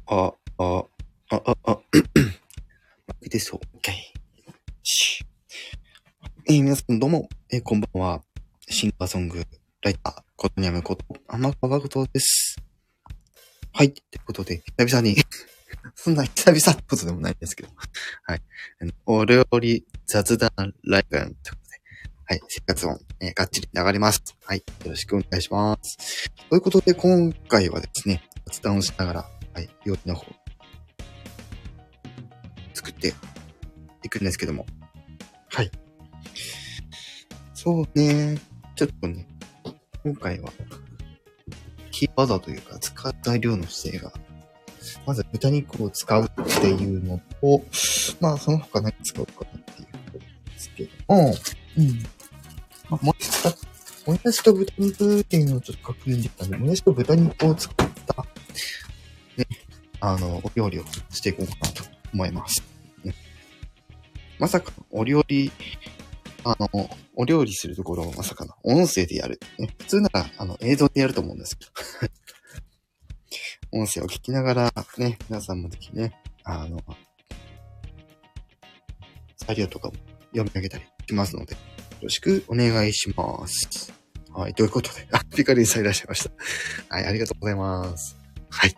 あ、あ、あ、あ、あ、いいですよ。OK。皆さんどうも、こんばんは。シンガーソングライター、ことにゃむこと、天川ことです。はい。ということで、久々に、そんな久々ってことでもないんですけど、はい。お料理雑談ライブということで、はい。生活音、がっちり流れます。はい。よろしくお願いします。ということで、今回はですね、雑談をしながら、はい。料理の方、作っていくんですけども、はい。そうね。ちょっとね、今回は、キーワードというか、使う材料の指定が、まず豚肉を使うっていうのと、まあ、その他何使うかなっていうことですけども、まあ、もやしと豚肉っていうのをちょっと確認できたんで、もやしと豚肉を使った、ね、お料理をしていこうかなと思います。ね、まさか、お料理するところをまさかの音声でやる。ね、普通なら、映像でやると思うんですけど。音声を聞きながら、ね、皆さんもぜひね、材料とかも読み上げたりしますので、よろしくお願いします。はい、ということで、ピカリンさんいらっしゃいました。はい、ありがとうございます。はい。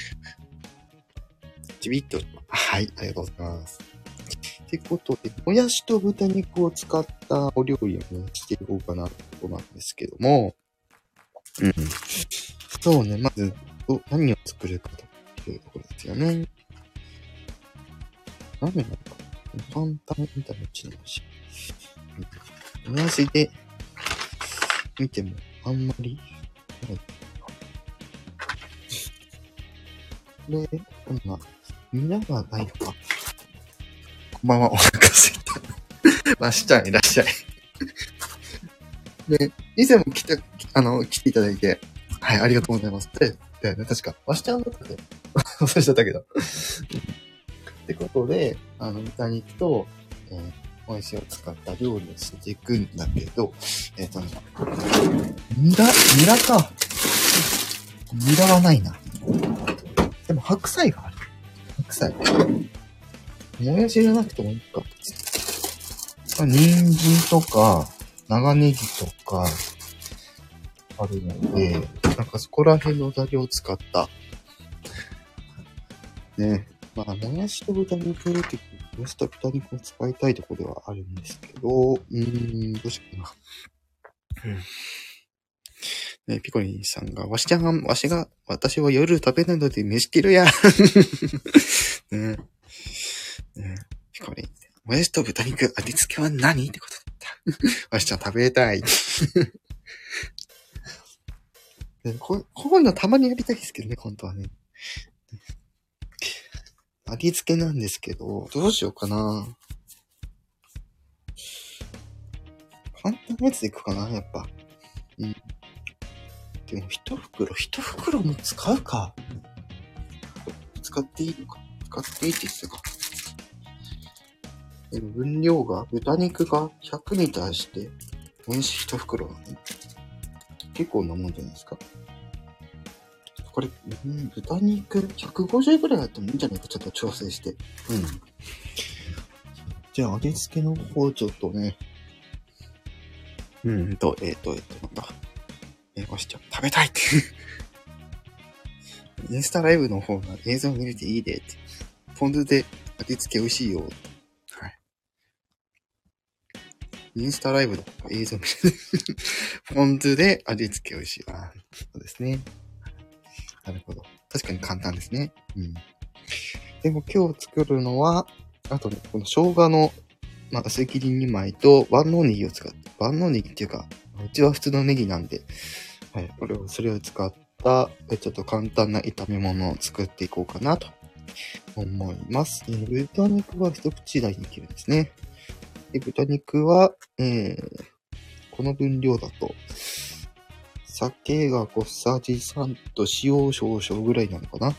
ちびっと、はい、ありがとうございます。ってことで、もやしと豚肉を使ったお料理をね、していこうかなってことなんですけども、そうね、まず、何を作るかというところですよね。何が簡単みたいなうちの話。もやしで見てもあんまりない。で、今、皆がないか。こんばんは、お腹すいた。ましちゃんいらっしゃい。で、以前も来ていただいて、はい、ありがとうございます。で、確か、わしちゃんだったで、忘れちゃったけど。ってことで、豚肉と、もやしを使った料理をしていくんだけど、ニラか。ニラはないな。でも白菜がある。白菜。もやしじゃなくてもいいか。人参とか、長ネギとか、あるので、なんかそこら辺の材料を使った。ね。まあ、もやしと豚肉もやしと豚肉を使いたいところではあるんですけど、どうしようかな。ね、ピコリンさんが、私は夜食べないので飯切るや。ね。ピコリン。もやしと豚肉、味付けは何ってことだった。わしちゃん食べたい。こういうのたまにやりたいですけどね、本当はね。味付けなんですけど、どうしようかな。簡単なやつでいくかな、やっぱ。でも一袋も使うか。使っていいのか。使っていいって言ってたか。でも分量が、豚肉が100に対して、もやし一袋なのね。結構なもんじゃないですか。これ、豚肉150ぐらいあってもいいんじゃないか、ちょっと調整して。じゃあ、味付けの方、ちょっとね。なんだ。わしちゃん、食べたいって。インスタライブの方が映像見れていいでって。ポン酢で味付け美味しいよ。はい。インスタライブの方が映像見れて。ポン酢で味付け美味しい。そうですね。なるほど。確かに簡単ですね。でも今日作るのは、あとね、この生姜の、薄切り2枚と万能ネギを使って、万能ネギっていうか、うちは普通のネギなんで、はい、それを使った、ちょっと簡単な炒め物を作っていこうかなと思います。豚肉は一口大に切るんですね。で、豚肉は、この分量だと、酒が小さじ3と塩少々ぐらいなのかな。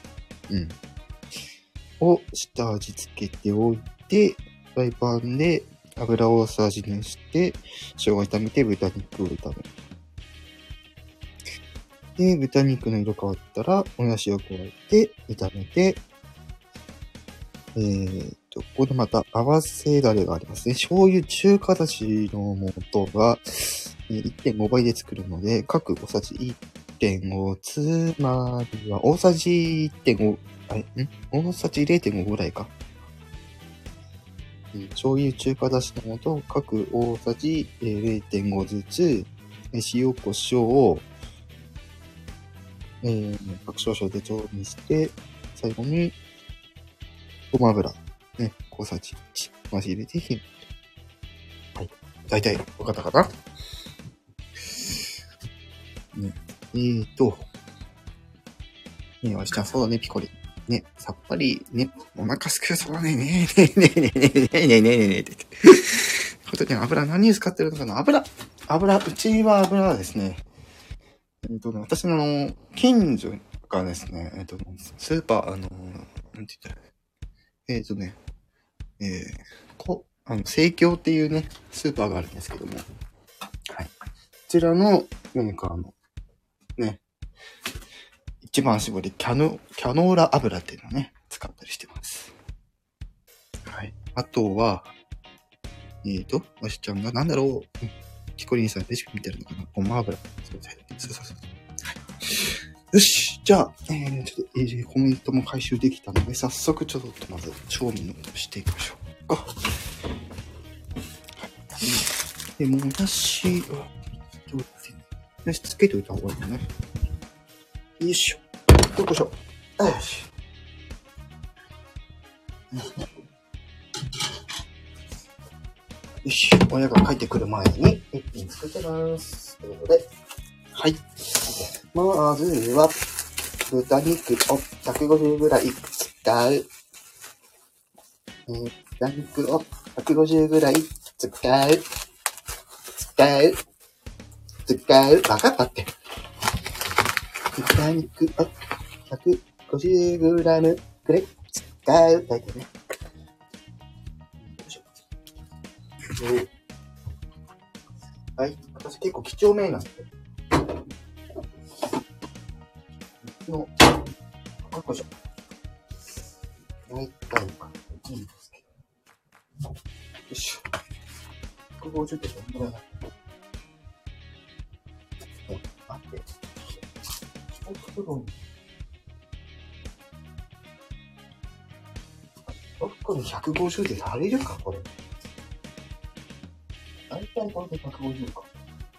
を下味付けておいて、フライパンで油を大さじ熱して、生姜炒めて豚肉を炒める。 で、豚肉の色変わったら、もやしを加えて、炒めて、ここでまた合わせだれがありますね。醤油中華だしの素が、1.5 倍で作るので、各大さじ 1.5、つまりは大さじ 1.5、大さじ 0.5 ぐらいか。醤油中華だしの素、各大さじ 0.5 ずつ、塩コショウを、各少々で調味して、最後に、ごま油、ね、小さじ1、回し入れて火。はい。だいたい分かったかな？ね、わしちゃん、そうだね、ピコリ。ね、さっぱり、ね、お腹すくそうだね、ねえねえねえねえねえねえねえねえねえって。ことで、油何使ってるのかな？油、うちは油はですね、私の近所がですね、スーパー、なんて言ったら、生協っていうね、スーパーがあるんですけども、はい。こちらのメーカーの、ね、一番搾りキャノーラ油っていうのをね、使ったりしてます。はい。あとは、わしちゃんがなんだろう、キコリンさんレシピ見てるのかな？ごま油。そう。はい。よし。じゃあ、ちょっと、コメントも回収できたので、早速ちょっとまず、調味のしていきましょうか。はい。で、もやしは、よし、つけといた方がいいね。よいしょ。よいしょ。よし。よし。親が帰ってくる前に一品作ってます。ということで、はい。まずは、豚肉を150ぐらい使う。豚肉を150ぐらい使う。わかったって。豚肉を150グラムくらい使う。大体ね。よいしょ。はい。私結構几帳面なんで。の、よいしょ。大体か。いいんですけど。よいしょ。150ってどんぐらいだ？待って。1袋に。1袋150で足りるかこれ。大体これで150か。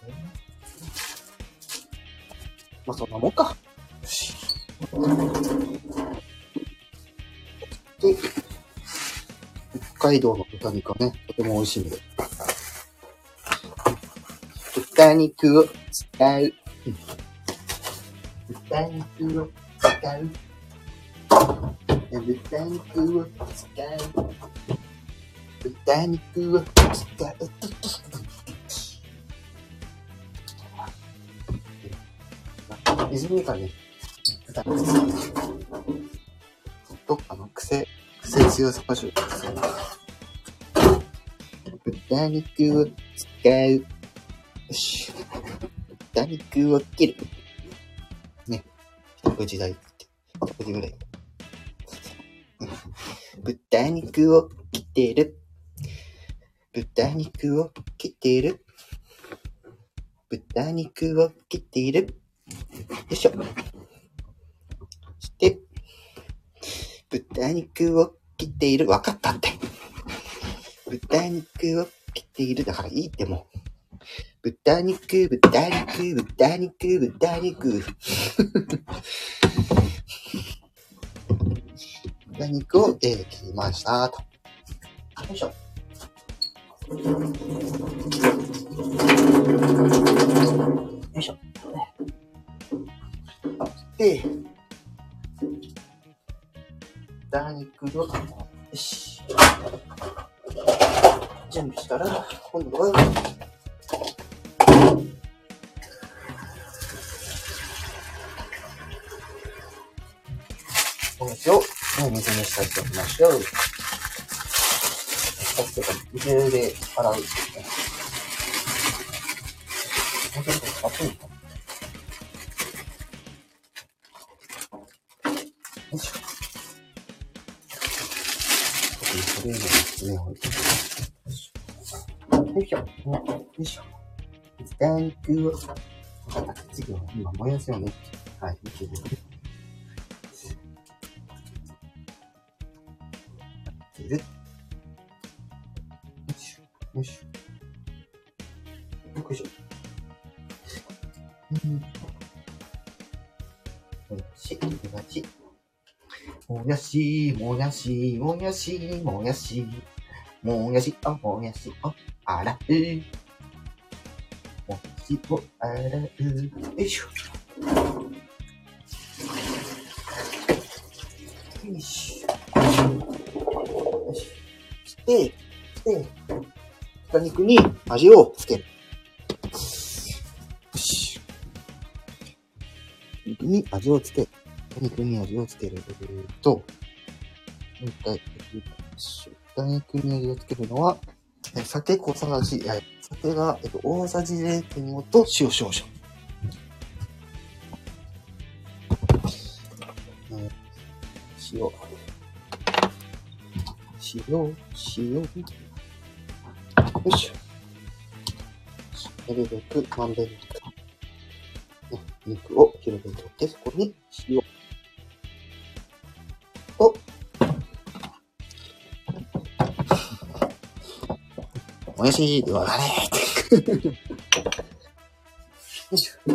まあそんなもんか。よし。で、北海道の豚肉はね、とても美味しいので。豚肉を使う。豚肉を使う。豚肉を使う。豚肉を使う。リズミカルに豚肉と癖強さ場所ですね。豚肉を使う。よし。豚肉を切る。ね。一口大。一口ぐらい。豚肉を切ってる。豚肉を切ってる。豚肉を切っている。よいしょ。そして、豚肉を切っている。わかったって。豚肉を切っている。だからいいってもう。豚肉。豚肉を、切りましたと。よいしょ。よいしょ。で、豚肉を、よし。準備したら、今度は、お水を水にしておきましょう。水で洗う。本当に熱いのかな？ よいしょ。これのですね、置いてよいしょ。よいしょ。よいしょ。タンクを、次は今燃やすよね。はい。よいしょ。よいしょ。よいしょ。もやし、もやし、もやし、もやし、もやし、もやしを洗う。もやしを洗う。よいしょ。よいしょ。よし。して、豚肉に味をつける。よし。肉に味をつける。豚肉に味をつけると、もう一回、豚肉に味をつけるのは、酒小さじ、酒が、大さじ 0.5 と塩少々。塩。よいしょ。なるべくまんべんなく、肉を広げておいて、そこに塩と、もやしではなれーよいしょ。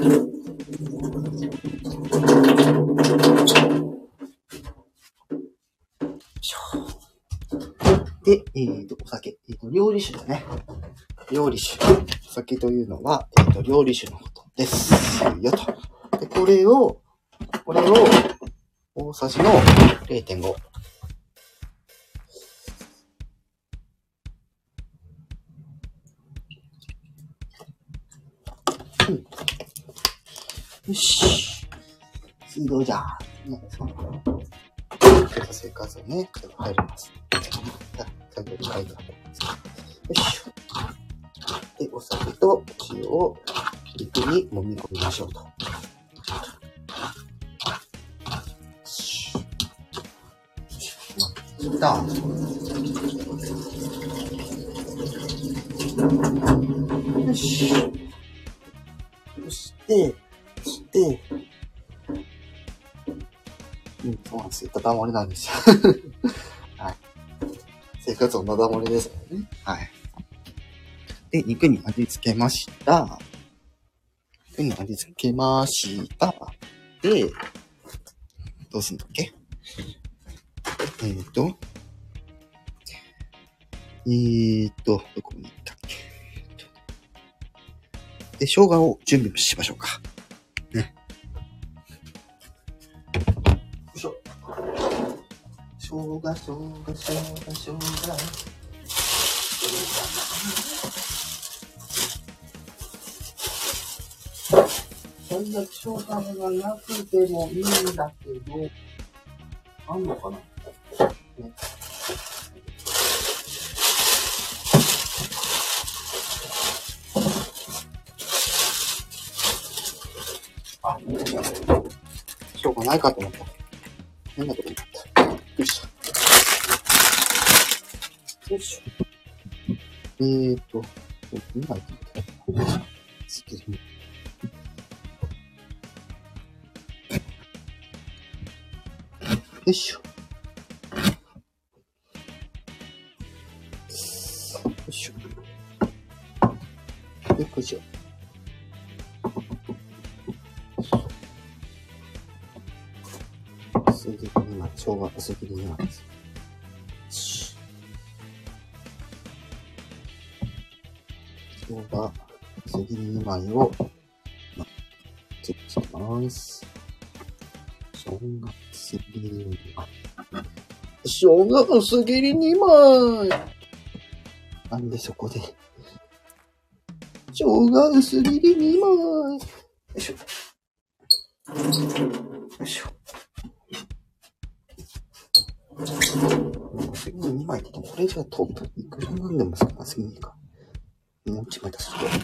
で、お酒。料理酒だね。料理酒。お酒というのは、料理酒のことです。よと。で、これを、大さじの 0.5。よし。水道じゃ。生活をね、入ります。最後に書いてある。よいしょ。で、お酒と塩を肉に揉み込みましょうと。いった。よし。そして、そうなんですよ。ダダ漏れなんですよ。はい。生活音ダダ漏れですからね。はい。で、肉に味付けました。で、どうすんだっけ？どこに行ったっけ？で、生姜を準備しましょうか。ね。よいしょ。生姜。そんな生姜がなくてもいいんだけど、あんのかな？ね。生姜ないかと思った。変なとこにあった。よいしょ。よいしょ。今入ってみた。スキルに。よいしょ。よいしょ。で、こちら。薄切り2枚、生姜薄切り2枚です。生姜薄切り2枚を、チェックしてます。生姜薄切り2枚。生姜薄切り2枚なんでそこで。生姜薄切り2枚。よいしょ。よいしょ。薄切り2枚って言っても、これじゃトップいくらなんでも少なすぎねえか。もう1枚出すと。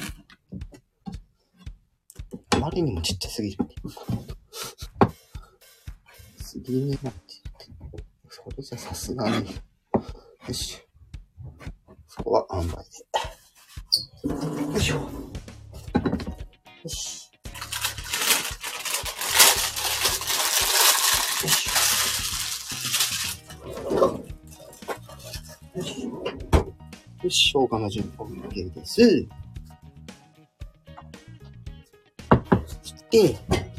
あまりにもちっちゃすぎる。薄切りになって、それじゃさすがに。よし。そこは塩梅で。よいしょ。よし。よし。よし。よし、生姜の準備 OK です。そして、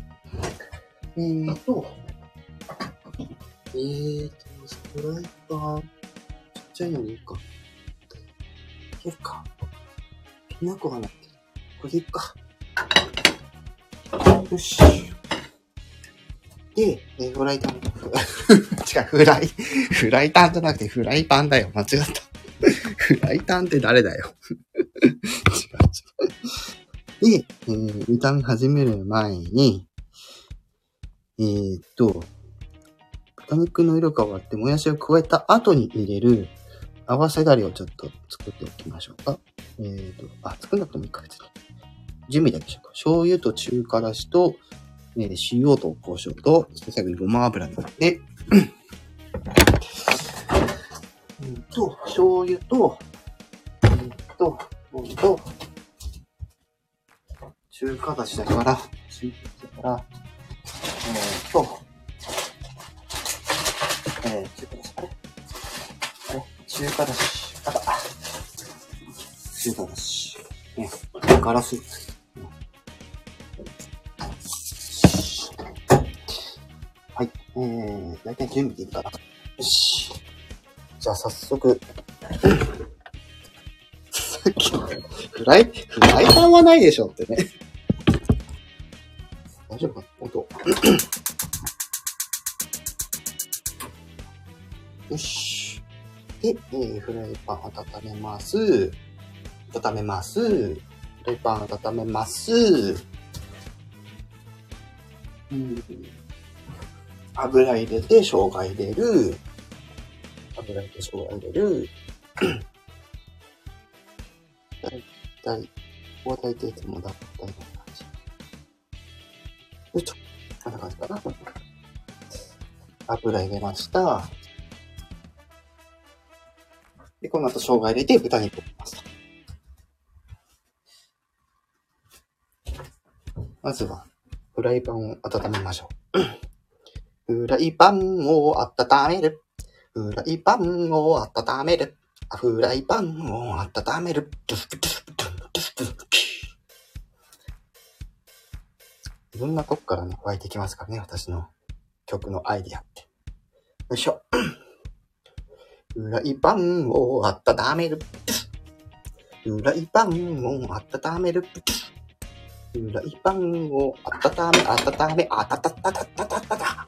フライパン、ちっちゃいのにいいか。いいか。きな粉がなってる。これでいいか。よし。で、フライパン。違う、フライパンじゃなくてフライパンだよ。間違った。フライパンって誰だよ。違う。で、炒め始める前に、豚肉の色が変わってもやしを加えた後に入れる合わせだれをちょっと作っておきましょうか。作んなくてもいいか別に。準備だけしようか。醤油と中辛子と、塩と胡椒と、そして最後にごま油になって、醤油と、中辛子だから、中華だし、中華だし、ガラス。はい、だいたい準備できたら。よし。じゃあ早速。さっきのフライパンはないでしょってね。大丈夫かな音。よし。で、フライパン温めます。フライパン温めます。油入れて、生姜入れる。油入れて、生姜入れる。大体いつもだったような感じ。よいしょ。こんな感じかな。油入れました。で、この後生姜入れて豚肉を入れます。まずは、フライパンを温めましょう。フライパンを温める。フライパンを温める。フライパンを温める。いろんなとこからね、湧いてきますからね、私の曲のアイディアって。よいしょ。フライパンを温める。フライパンを温める。フライパンを温め、あたたたたたたたた。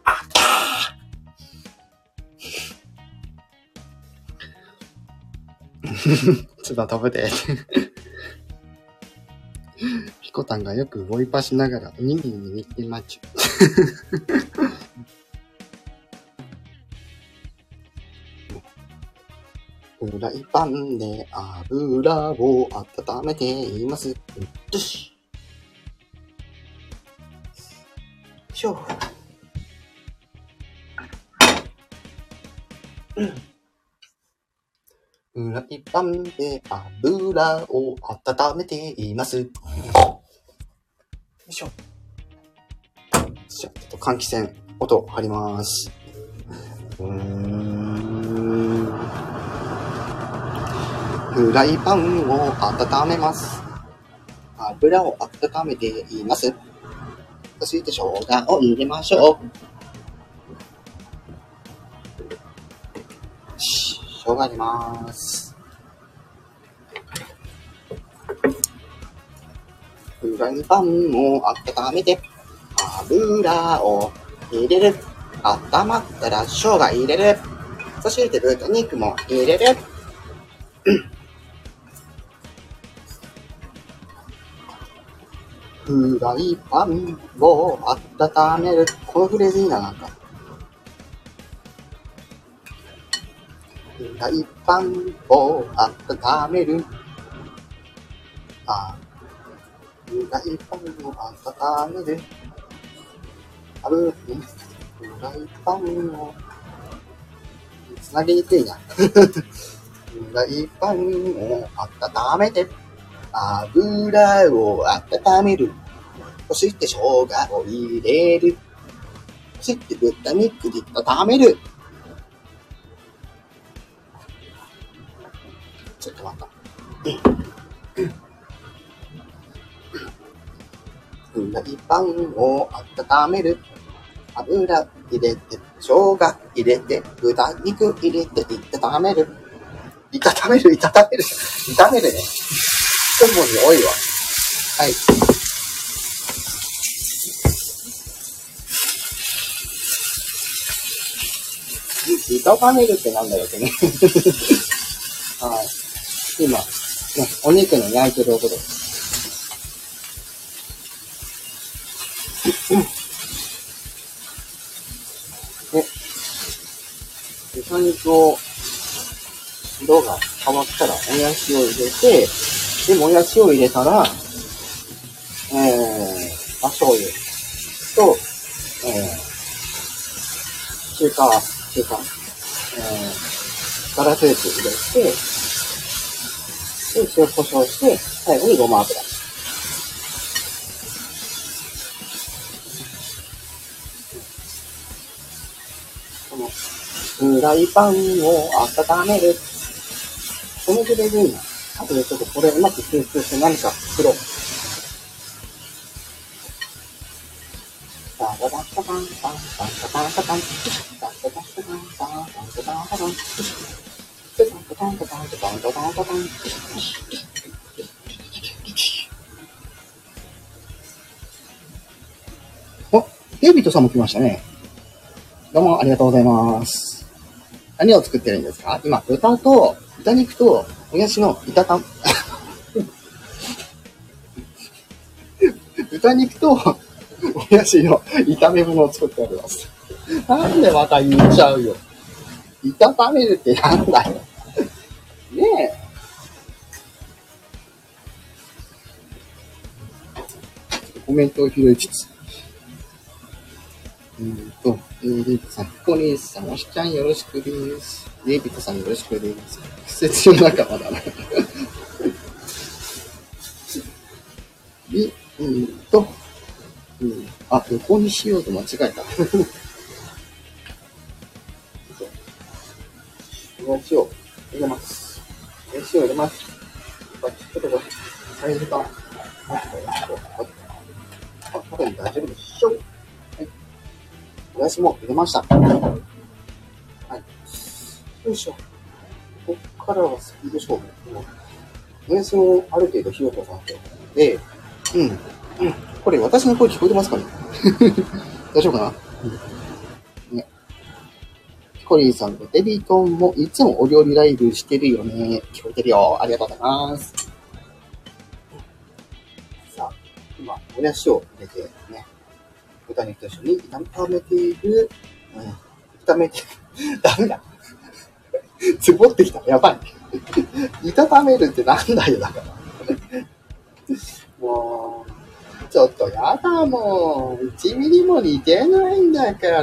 ちょっと食べて。ピコタンがよくボイパしながらおにぎり握ってまちゅ。フライパンで油を温めています。よし。しょフライパンで油を温めています。よいしょ。ちょっと換気扇、音貼ります。フライパンを温めます。油を温めています。そして生姜を入れましょう。生姜入れます。フライパンを温めて油を入れる。温まったら生姜入れる。そして豚肉も入れる。フライパンを温める。このフレーズいいな、なんか。フライパンを温める。フライパンを温める。フライパンをつなげにくいな。フライパンを温めて、油を温める。そして生姜を入れる。そして豚肉で温める。ちょっと待った。フライパンを温める。油入れて、生姜入れて、豚肉入れて、炒める。炒めるね。ちょっともう多いわ。はい。炒めるってなんだよってね。はい。今、ね、お肉の焼いてる音です。で、豚肉を、色が変わったら、もやしを入れて、で、もやしを入れたら、醤油と、中華、ガラスープ入れて、で、塩コショウして、最後にごま油。この、フライパンを温める。このぐらいでいいな。あとでちょっとこれうまく吸収して何か作ろう。お、デイビッドさんも来ましたね。どうもありがとうございます。何を作ってるんですか？今、豚肉ともやしの豚肉ともやしの炒め物を作っております。なんでまた言っちゃうよ。炒めるってなんだよ。ねえ。コメントを拾いつつ。デイビッドさん、コニーさん、おしちゃんよろしくです。デイビッドさんよろしくです。季節の仲間だな。横にしようと間違えた。もやしを入れます。もやしを入れます。ちょっとサイズが、多分大丈夫でしょう。はい。もやしも入れました。はい。よいしょ。ここからはスピード勝負。もやしをある程度火を通さなきゃ。で、これ私の声聞こえてますかね？大丈夫かな？ね。ヒコリーさんとデビトンもいつもお料理ライブしてるよね。聞こえてるよ。ありがとうございます。さあ、今、もやしを入れてね、豚肉と一緒に炒めている。ダメだ。つぼってきた。やばい。炒めるってなんだよ、だから。もう、ちょっとやだもん。1ミリも似てないんだから。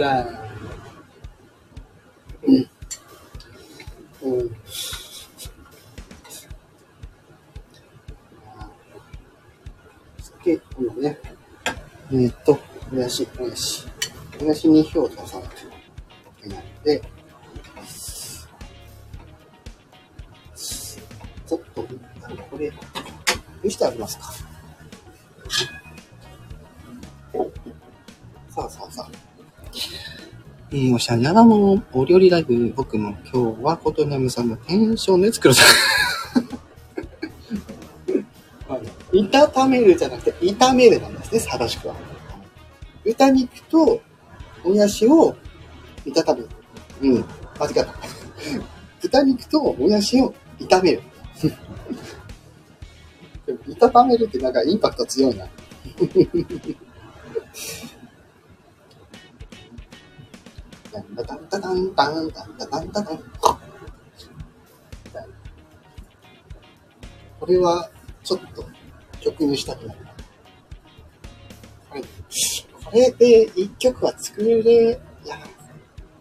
で、このね、もやしに火を通さないといけないので、ちょっと、これ、見せてあげますか。さあ。おしゃれならもお料理ライブ、僕も今日はことなむさんのテンションで作る。炒めるじゃなくて、炒めるなんですね、正しくは。豚肉ともやしを炒める。間違った。豚肉ともやしを炒める。でも炒めるってなんかインパクト強いな。これはちょっと曲にしたくなる。これで一曲は作れ、いや、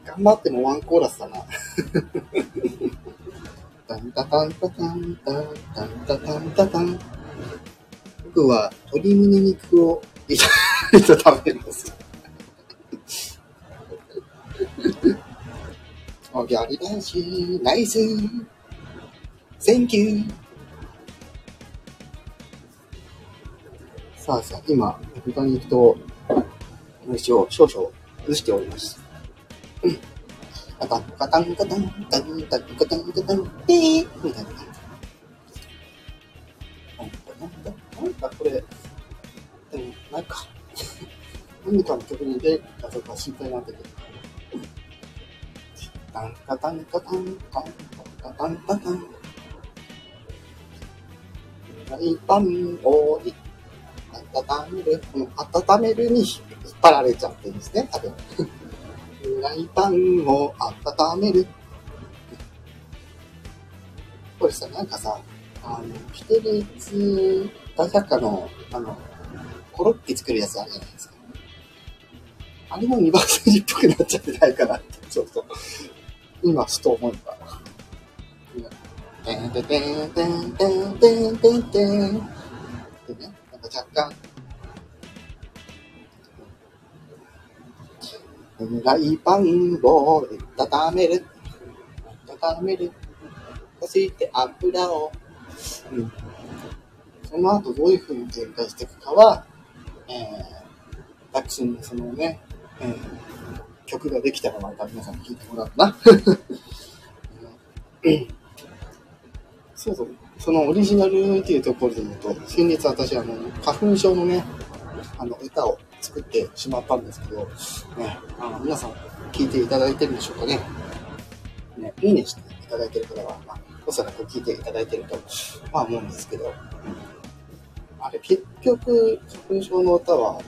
頑張ってもワンコーラスだな。タンタタンタタンタンタンタタンタタン。僕は鶏胸肉を炒めます。おぎゃり男子、ナイス。センキュー。さあ、今、豚肉と飯を少々移しております。カタンカタンカタンカタンカタンカタンカタンピーみたいな感じ。なんかこれ、でもないか。何かの曲に出るかどうか心配になってくる。タンカタンカタンカタンカタンカタン。フライパンを温める、この温めるに引っ張られちゃってるんですね、多分。フライパンを温める。これさ、なんかさ、キテレツ大百科の、コロッケ作るやつあるじゃないですか。あれも2番筋っぽくなっちゃってないかなって、ちょっと、今、ふと思うから。てんてんてんてんてんてんてんてん。でね、なんか若干、フライパンを温める。そして油を、その後どういう風に展開していくかは、私にそのね、曲ができたらまた皆さんに聴いてもらうかな。そうそう。そのオリジナルっていうところで言うと、先日私花粉症のね、歌を作ってしまったんですけど、ね、皆さん聴いていただいてるんでしょうかね。ね、いいねしていただいてる方は、おそらく聴いていただいてると、思うんですけど、あれ結局、花粉症の歌は、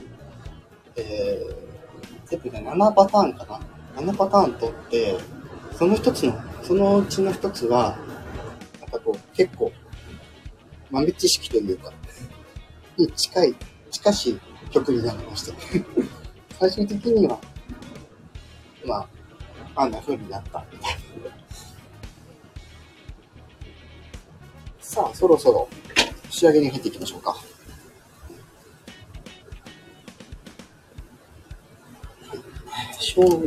全部ね、7パターンかな。7パターン取って、そのうちの一つは、なんかこう、結構、豆知識というか、に近しい曲になりまして、最終的には、あんな風になったみたいな。さあ、そろそろ仕上げに入っていきましょうか。醤油、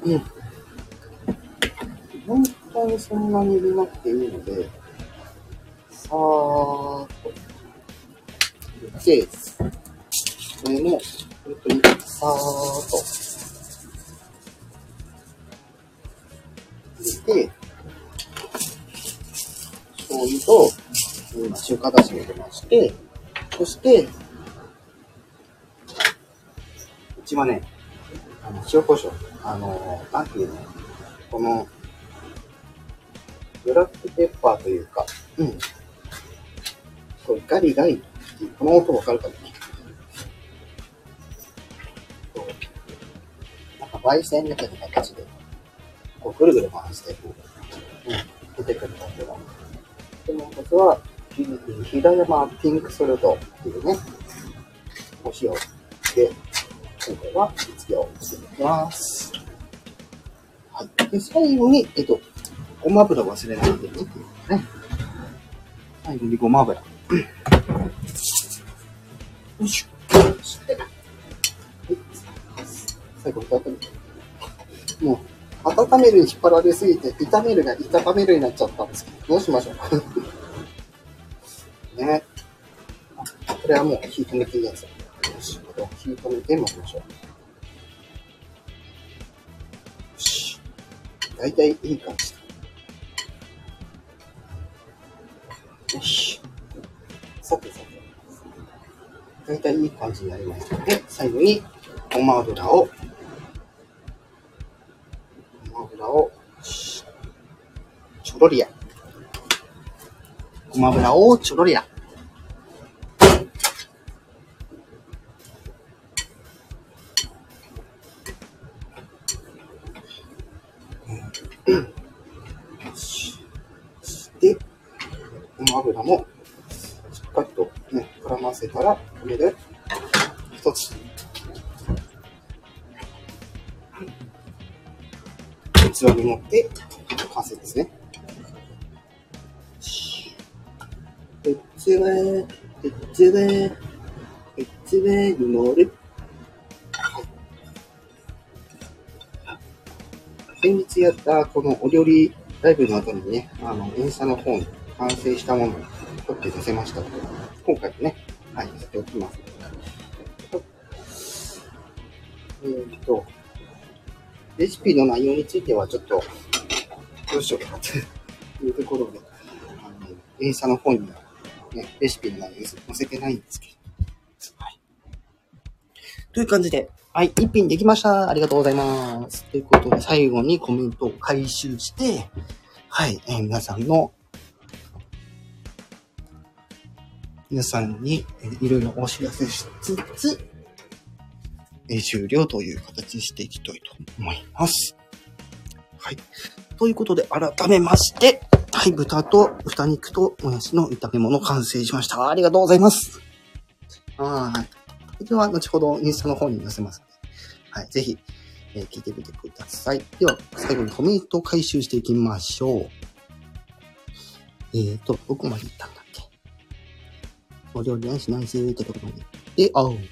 本当にそんなに入れなくていいので、さーっと入れて、これも本当にさーっと入れて、醤油と今中華だしを入れまして、そしてうちはね、塩コショウ、なんていうの、このブラックペッパーというか、これガリガリっていう、この音わかるかな。なんか焙煎みたいな形で、こうぐるぐる回して、出てくる感じが。でもう一つは、平山ピンクソルトっていうね、お塩で、今回は味付けをしていきます。はい。で、最後に、ごま油忘れないでねっていうね。最後にごま油。よいしょ。最後にもう、温めるに引っ張られすぎて、炒めるが炒めるになっちゃったんですけど、どうしましょう。ね。これはもう火止めていいやつ。よし。火止めて巻きましょう。よし。だいたいいい感じだ。よし。さて。だいたいいい感じになりましたので、最後にごま油をちょろりや。ごま油をちょろりや。で、ごま油もしっかりとね、絡ませたら、これで一つ。 器に盛って完成ですね。器に盛る。先日やったこのお料理ライブの後にね、インスタの方に完成したものを撮って載せましたので、今回もね、はい、載せておきます。レシピの内容についてはちょっと、どうしようかなというところで、インスタの方にも、ね、レシピの内容載せてないんですけど。はい。という感じで、はい、一品できました。ありがとうございます。ということで、最後にコメントを回収して、はい、皆さんにいろいろお知らせしつつ、終了という形にしていきたいと思います。はい。ということで、改めまして、はい、豚肉ともやしの炒め物完成しました。ありがとうございます。はい。では、後ほどインスタの方に載せますので、はい、ぜひ、聞いてみてください。では、最後にコメントを回収していきましょう。どこまで行ったんだっけ？お料理しないしってところまで行って、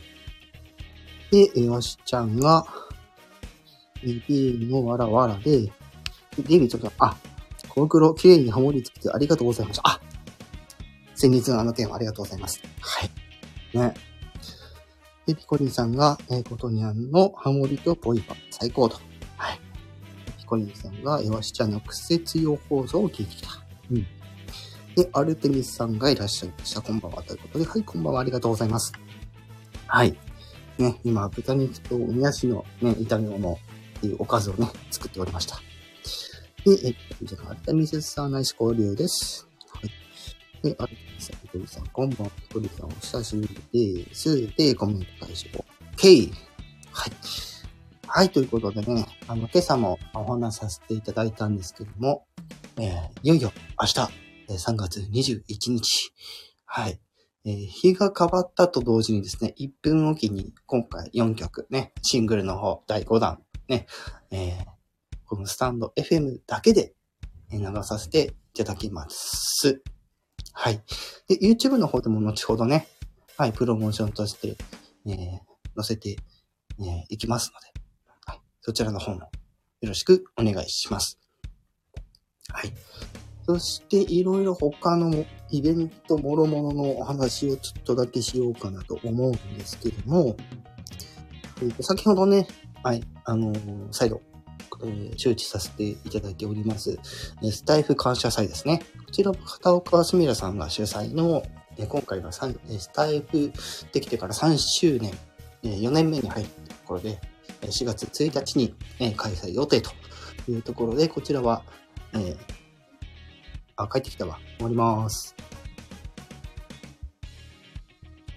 で、わしちゃんが、ビールのわらわらで、デビちょっと、小袋きれいにハモりつけてありがとうございました。先日の件はありがとうございます。はい。ね。で、ピコリンさんが、コトニャンのハモリとポイパ、最高と。はい。ピコリンさんが、わしちゃんの苦節用放送を聞いてきた。うん。で、アルテミスさんがいらっしゃいました。こんばんは。ということで、はい、こんばんは。ありがとうございます。はい。ね、今、豚肉ともやしのね、炒め物っていうおかずをね、作っておりました。で、アルテミスさん、ナイス交流です。はい。で、アルテミスさん、ピコリさん、こんばんは。ピコリさん、お久しぶりです。で、コメント対象。OK! はい。はい、ということでね、今朝もお話しさせていただいたんですけども、いよいよ明日、3月21日。はい。日が変わったと同時にですね、1分おきに今回4曲ね、シングルの方第5弾ね、このスタンド FM だけで流させていただきます。はい。で、YouTube の方でも後ほどね、はい、プロモーションとして、載せていきますので、はい、そちらの方もよろしくお願いします。はい。そして、いろいろ他のイベントもろもろのお話をちょっとだけしようかなと思うんですけども、先ほどね、はい、再度、周知させていただいております、スタイフ感謝祭ですね。こちら、片岡すみらさんが主催の、今回はスタイフできてから3周年、4年目に入ったところで、4月1日に、開催予定というところで、こちらは、帰ってきたわ。終わります。